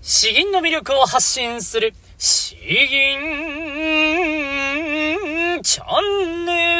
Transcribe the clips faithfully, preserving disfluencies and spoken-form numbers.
詩吟の魅力を発信する詩吟チャンネ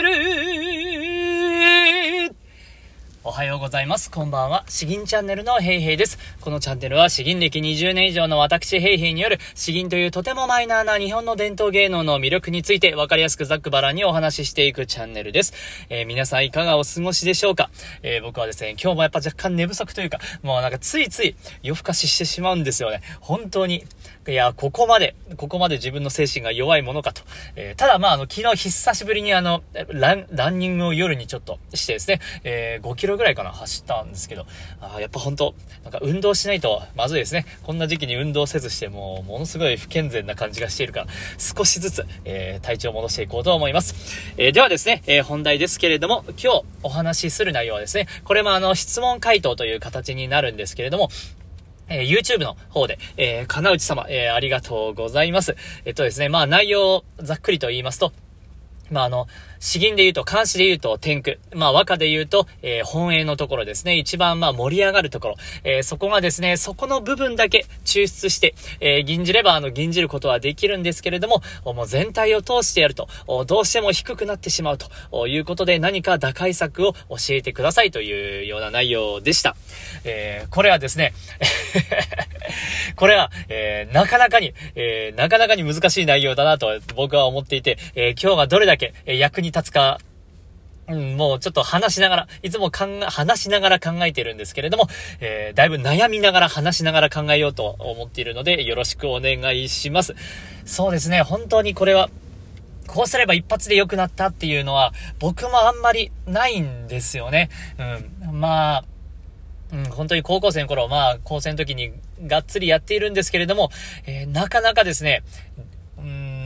ル。おはようございます。こんばんは。詩吟チャンネルのヘイヘイです。このチャンネルは詩吟歴にじゅうねん以上の私ヘイヘイによる詩吟というとてもマイナーな日本の伝統芸能の魅力について分かりやすくざっくばらんにお話ししていくチャンネルです。えー、皆さんいかがお過ごしでしょうか。えー、僕はですね、今日もやっぱ若干寝不足というか、もうなんかついつい夜更かししてしまうんですよね。本当に。いや、ここまで、ここまで自分の精神が弱いものかと。えー、ただまあ、あの、昨日久しぶりにあの、ラン、ランニングを夜にちょっとしてですね、えー、ごキロぐらいかな、走ったんですけど、あやっぱ本当なんか運動しないとまずいですね。こんな時期に運動せずしても、ものすごい不健全な感じがしているから、少しずつ、えー、体調を戻していこうと思います。えー、ではですね、えー、本題ですけれども、今日お話しする内容はですね、これもあの、質問回答という形になるんですけれども、えー、YouTube の方で、えー、金内様、えー、ありがとうございます。えっとですね、まあ内容をざっくりと言いますと、まああの、詩吟で言うと、漢詩で言うと天句、まあ和歌で言うと、えー、本営のところですね、一番まあ盛り上がるところ、えー、そこがですね、そこの部分だけ抽出して、えー、吟じればあの吟じることはできるんですけれども、もう全体を通してやると、どうしても低くなってしまうということで、何か打開策を教えてくださいというような内容でした。えー、これはですね、これは、えー、なかなかに、えー、なかなかに難しい内容だなと僕は思っていて、えー、今日がどれだけ役に立つか、うん、もうちょっと話しながら、いつも考え、話しながら考えているんですけれども、えー、だいぶ悩みながら話しながら考えようと思っているので、よろしくお願いします。そうですね、本当にこれは、こうすれば一発で良くなったっていうのは、僕もあんまりないんですよね。うん、まあ、うん、本当に高校生の頃、まあ、高生の時にがっつりやっているんですけれども、えー、なかなかですね、うん、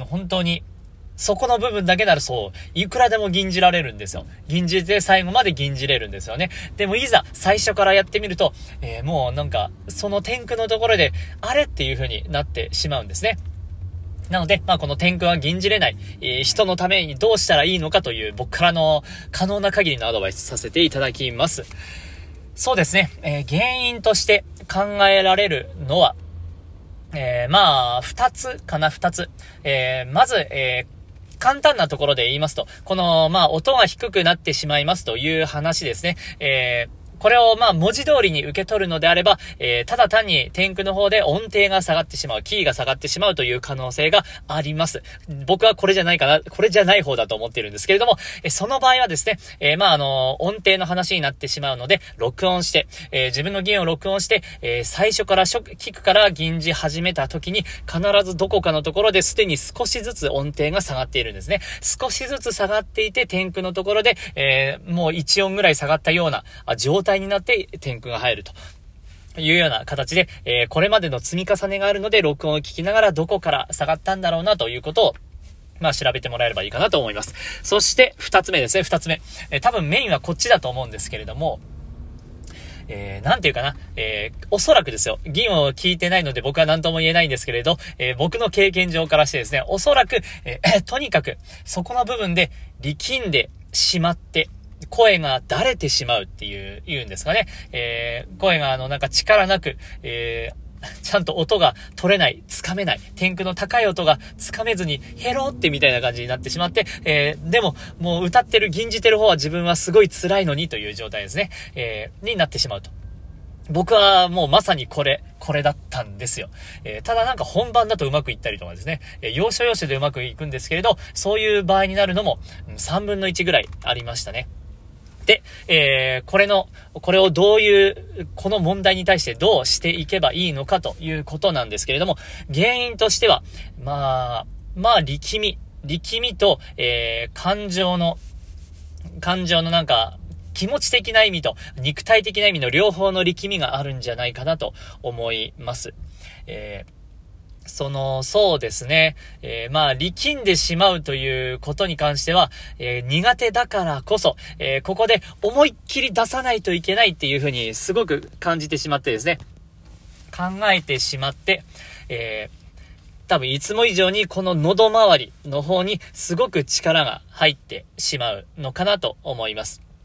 本当に、そこの部分だけならそう、いくらでも吟じられるんですよ。吟じて最後まで吟じれるんですよね。でもいざ最初からやってみると、えー、もうなんか、その天句のところで、あれっていう風になってしまうんですね。なので、まあこの天句は吟じれない、えー、人のためにどうしたらいいのかという僕からの可能な限りのアドバイスさせていただきます。そうですね、えー、原因として考えられるのは、えー、まあ、二つかな、二つ。えー、まず、えー、簡単なところで言いますと、この、まあ、音が低くなってしまいますという話ですね。えー、これをまあ文字通りに受け取るのであれば、えー、ただ単に天句の方で音程が下がってしまう、キーが下がってしまうという可能性があります。僕はこれじゃないかな、これじゃない方だと思っているんですけれども、えー、その場合はですね、えー、まああの音程の話になってしまうので、録音して、えー、自分の吟を録音して、えー、最初から初聞くから吟じ始めた時に必ずどこかのところですでに少しずつ音程が下がっているんですね。少しずつ下がっていて天句のところで、えー、もういち音ぐらい下がったような状態になって天句が入るというような形で、えー、これまでの積み重ねがあるので録音を聞きながらどこから下がったんだろうなということをまあ調べてもらえればいいかなと思います。そして二つ目ですね、二つ目、えー、多分メインはこっちだと思うんですけれども、えー、なんていうかな、えー、おそらくですよ、吟を聞いてないので僕は何とも言えないんですけれど、えー、僕の経験上からしてですね、おそらく、えー、とにかくそこの部分で力んでしまって声がだれてしまうっていう、言うんですかね。えー、声があの、なんか力なく、えー、ちゃんと音が取れない、つかめない、天句の高い音がつかめずにヘロってみたいな感じになってしまって、えー、でも、もう歌ってる、吟じてる方は自分はすごい辛いのにという状態ですね。えー、になってしまうと。僕はもうまさにこれ、これだったんですよ。えー、ただなんか本番だとうまくいったりとかですね、えー、要所要所でうまくいくんですけれど、そういう場合になるのもさんぶんのいちぐらいありましたね。で、えー、これの、これをどういう、この問題に対してどうしていけばいいのかということなんですけれども、原因としては、まあ、まあ、力み、力みと、えー、感情の、感情のなんか、気持ち的な意味と肉体的な意味の両方の力みがあるんじゃないかなと思います。えーその、そうですね。えー、まあ、力んでしまうということに関しては、えー、苦手だからこそ、えー、ここで思いっきり出さないといけないっていうふうにすごく感じてしまってですね。考えてしまって、えー、多分いつも以上にこの喉周りの方にすごく力が入ってしまうのかなと思います。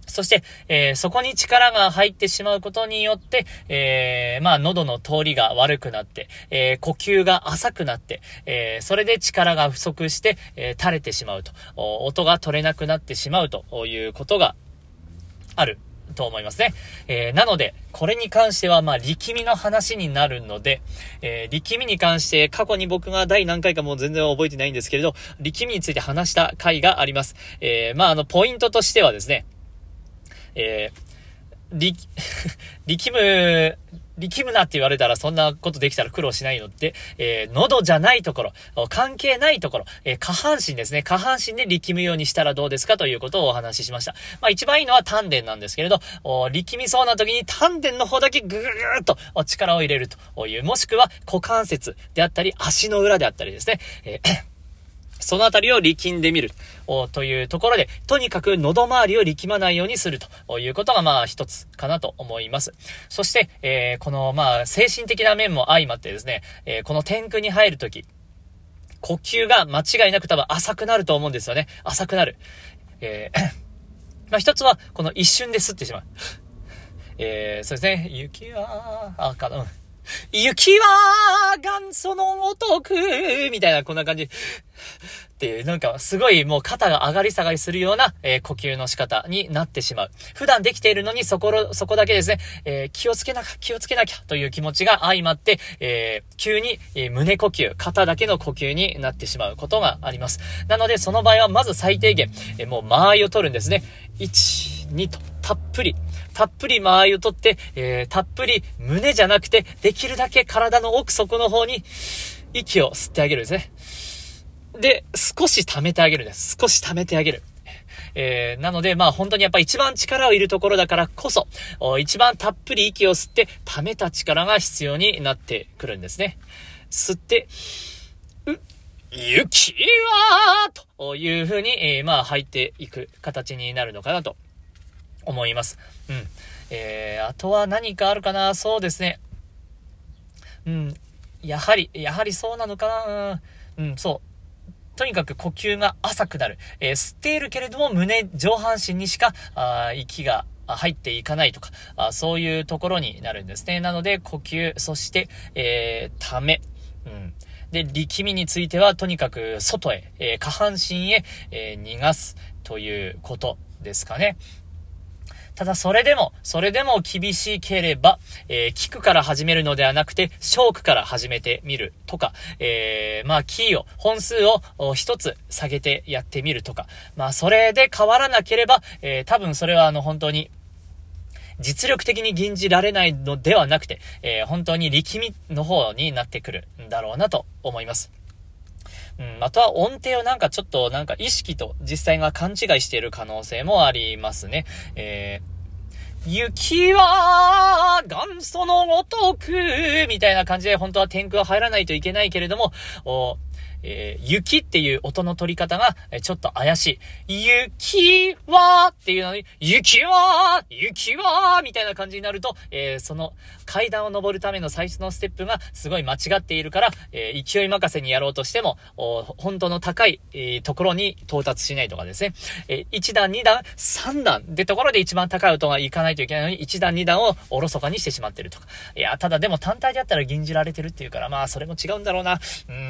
そして、えー、そこに力が入ってしまうことによって、えー、まあ、喉の通りが悪くなって、えー、呼吸が浅くなって、えー、それで力が不足して、えー、垂れてしまうと、音が取れなくなってしまうということがあると思いますね。えー、なので、これに関しては、まあ、力みの話になるので、えー、力みに関して、過去に僕が第何回かもう全然覚えてないんですけれど、力みについて話した回があります。えー、まあ、あの、ポイントとしてはですね、えー、力、力む、力むなって言われたらそんなことできたら苦労しないので、えー、喉じゃないところ、関係ないところ、えー、下半身ですね。下半身で力むようにしたらどうですかということをお話ししました。まあ一番いいのは丹田なんですけれど、力みそうな時に丹田の方だけぐーっと力を入れるという、もしくは股関節であったり足の裏であったりですね。えーそのあたりを力んでみるというところで、とにかく喉周りを力まないようにするということがまあ一つかなと思います。そして、えー、このまあ精神的な面も相まってですね、えー、この天空に入るとき、呼吸が間違いなく多分浅くなると思うんですよね。浅くなる。えー、まあ一つはこの一瞬で吸ってしまう。えー、そうですね。雪は、あ、かな。雪は元祖のごとくみたいなこんな感じっていう、なんかすごいもう肩が上がり下がりするような、えー、呼吸の仕方になってしまう。普段できているのにそこそこだけですね、えー、気をつけなきゃ気をつけなきゃという気持ちが相まって、えー、急に、えー、胸呼吸、肩だけの呼吸になってしまうことがあります。なのでその場合はまず最低限、えー、もう間合いを取るんですね。いち、にとたっぷりたっぷり間合いを取って、えー、たっぷり胸じゃなくてできるだけ体の奥底の方に息を吸ってあげるんですね。で、少し溜めてあげるんです。少し溜めてあげる。えー、なので、まあ本当にやっぱ一番力を入れるところだからこそ、一番たっぷり息を吸って溜めた力が必要になってくるんですね。吸って、う、雪はという風に、えー、まあ入っていく形になるのかなと思います。うん。えー、あとは何かあるかな。そうですね。うん。やはり、やはりそうなのかな。うん、うん、そう。とにかく呼吸が浅くなる。えー、吸っているけれども胸、上半身にしか、あ息が入っていかないとかあ、そういうところになるんですね。なので、呼吸、そして、えー、ため。うん。で、力みについては、とにかく外へ、えー、下半身へ、えー、逃がすということですかね。ただそれでも、それでも厳しければ、えー、キクから始めるのではなくて、ショークから始めてみるとか、えー、まあ、キーを、本数を一つ下げてやってみるとか、まあ、それで変わらなければ、えー、多分それはあの、本当に、実力的に吟じられないのではなくて、えー、本当に力みの方になってくるんだろうなと思います。うん、あとは音程をなんかちょっとなんか意識と実際が勘違いしている可能性もありますね。えー、雪は元祖のごとくみたいな感じで本当は天空は入らないといけないけれども、おえー、雪っていう音の取り方がちょっと怪しい。雪はっていうのに、雪は雪はみたいな感じになると、えー、その階段を登るための最初のステップがすごい間違っているから、えー、勢い任せにやろうとしても、本当の高い、えー、ところに到達しないとかですね。えー、いち段、に段、さん段でところで一番高い音がいかないといけないのに、いち段、に段をおろそかにしてしまっているとか。いや、ただでも単体であったら吟じられてるっていうから、まあそれも違うんだろうな。うーん、うん、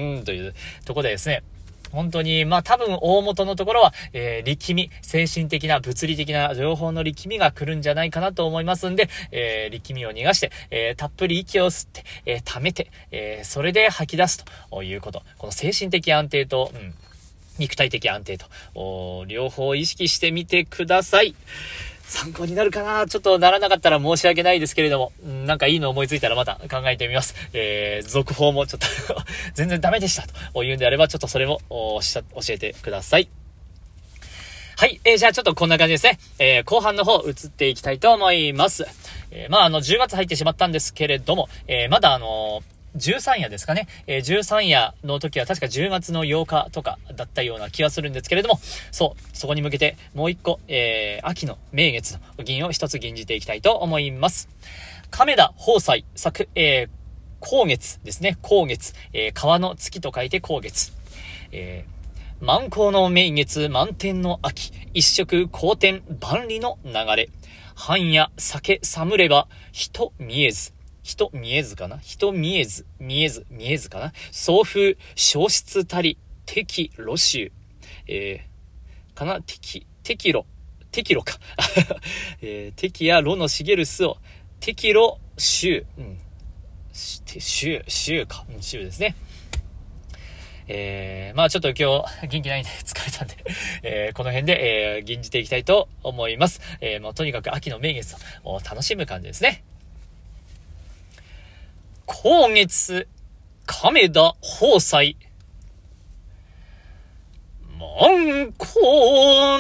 うん。というところでですね、本当にまあ多分大元のところは、えー、力み、精神的な物理的な両方の力みが来るんじゃないかなと思いますんで、えー、力みを逃がして、えー、たっぷり息を吸って、えー、溜めて、えー、それで吐き出すということ。この精神的安定と、うん、肉体的安定と両方意識してみてください。参考になるかな？ちょっとならなかったら申し訳ないですけれども、なんかいいの思いついたらまた考えてみます。えー、続報もちょっと全然ダメでしたというんであれば、ちょっとそれも教えてください。はい、えー、じゃあちょっとこんな感じですね。えー、後半の方移っていきたいと思います。えー、まああのじゅうがつ入ってしまったんですけれども、えー、まだあのーじゅうさん夜ですかね。えー、じゅうさん夜の時は確かじゅうがつのようかとかだったような気がするんですけれども、そう、そこに向けてもう一個、えー、秋の名月の銀を一つ吟じていきたいと思います。亀田豊斎作、えー、光月ですね。光月、えー、川の月と書いて光月。えー満行の名月、満天の秋、一色好天万里の流れ。半夜酒寒れば、人見えず。人見えずかな人見えず、見えず、見えずかな送風、消失たり、適路臭。えー、かな適、適路、適路か。えー、適や路の茂る巣を、適路臭。うん。臭、臭か。うん、臭ですね。えー、まあちょっと今日元気ないんで疲れたんで、えー、この辺で、えー、吟じていきたいと思います。えー、もうとにかく秋の名月を楽しむ感じですね。後月、亀田豊斎。満行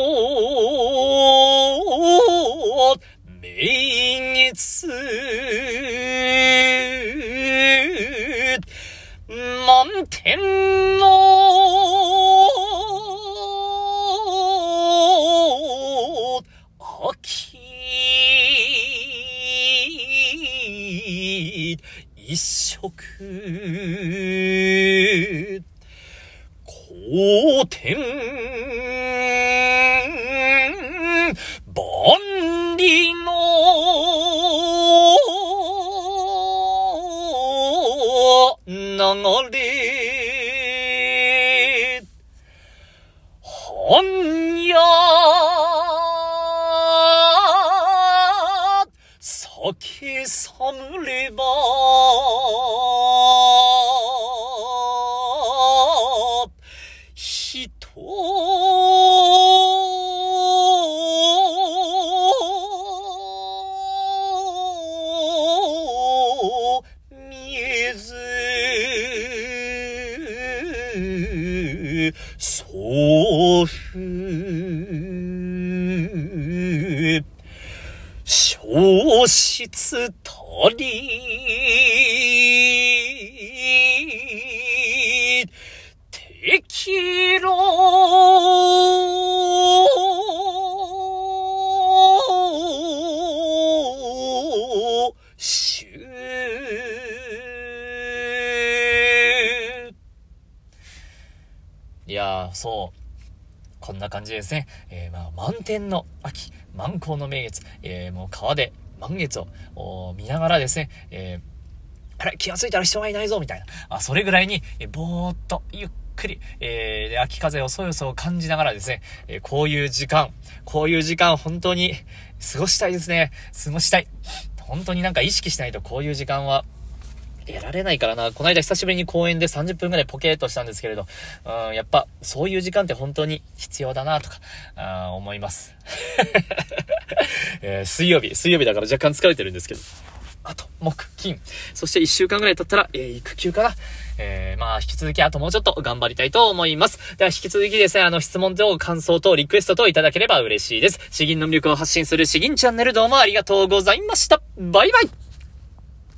の名月、満天の秋、一色好天万里の流れ。半夜酒寒れば、人見えず、送風、消失たり、適路臭。いやー、そう。こんな感じですね。えー、まあ、満天の秋、満行の名月、えー、もう川で満月を見ながらですね、えー、あれ、気がついたら人がいないぞ、みたいな。あ、それぐらいに、えー、ぼーっと、ゆっくり、えー、で秋風をそよそよ感じながらですね、えー、こういう時間、こういう時間、本当に過ごしたいですね。過ごしたい。本当になんか意識しないとこういう時間は、得られないからな。この間久しぶりに公園でさんじゅっぷんぐらいポケーっとしたんですけれど、うん、やっぱそういう時間って本当に必要だなとか、あ思います、えー。水曜日、水曜日だから若干疲れてるんですけど、あと木金、そしていっしゅうかんぐらい経ったら、えー、育休かな。えー、まあ引き続きあともうちょっと頑張りたいと思います。では引き続きですね、あの質問と感想とリクエストといただければ嬉しいです。詩吟の魅力を発信する詩吟チャンネル、どうもありがとうございました。バイバイ。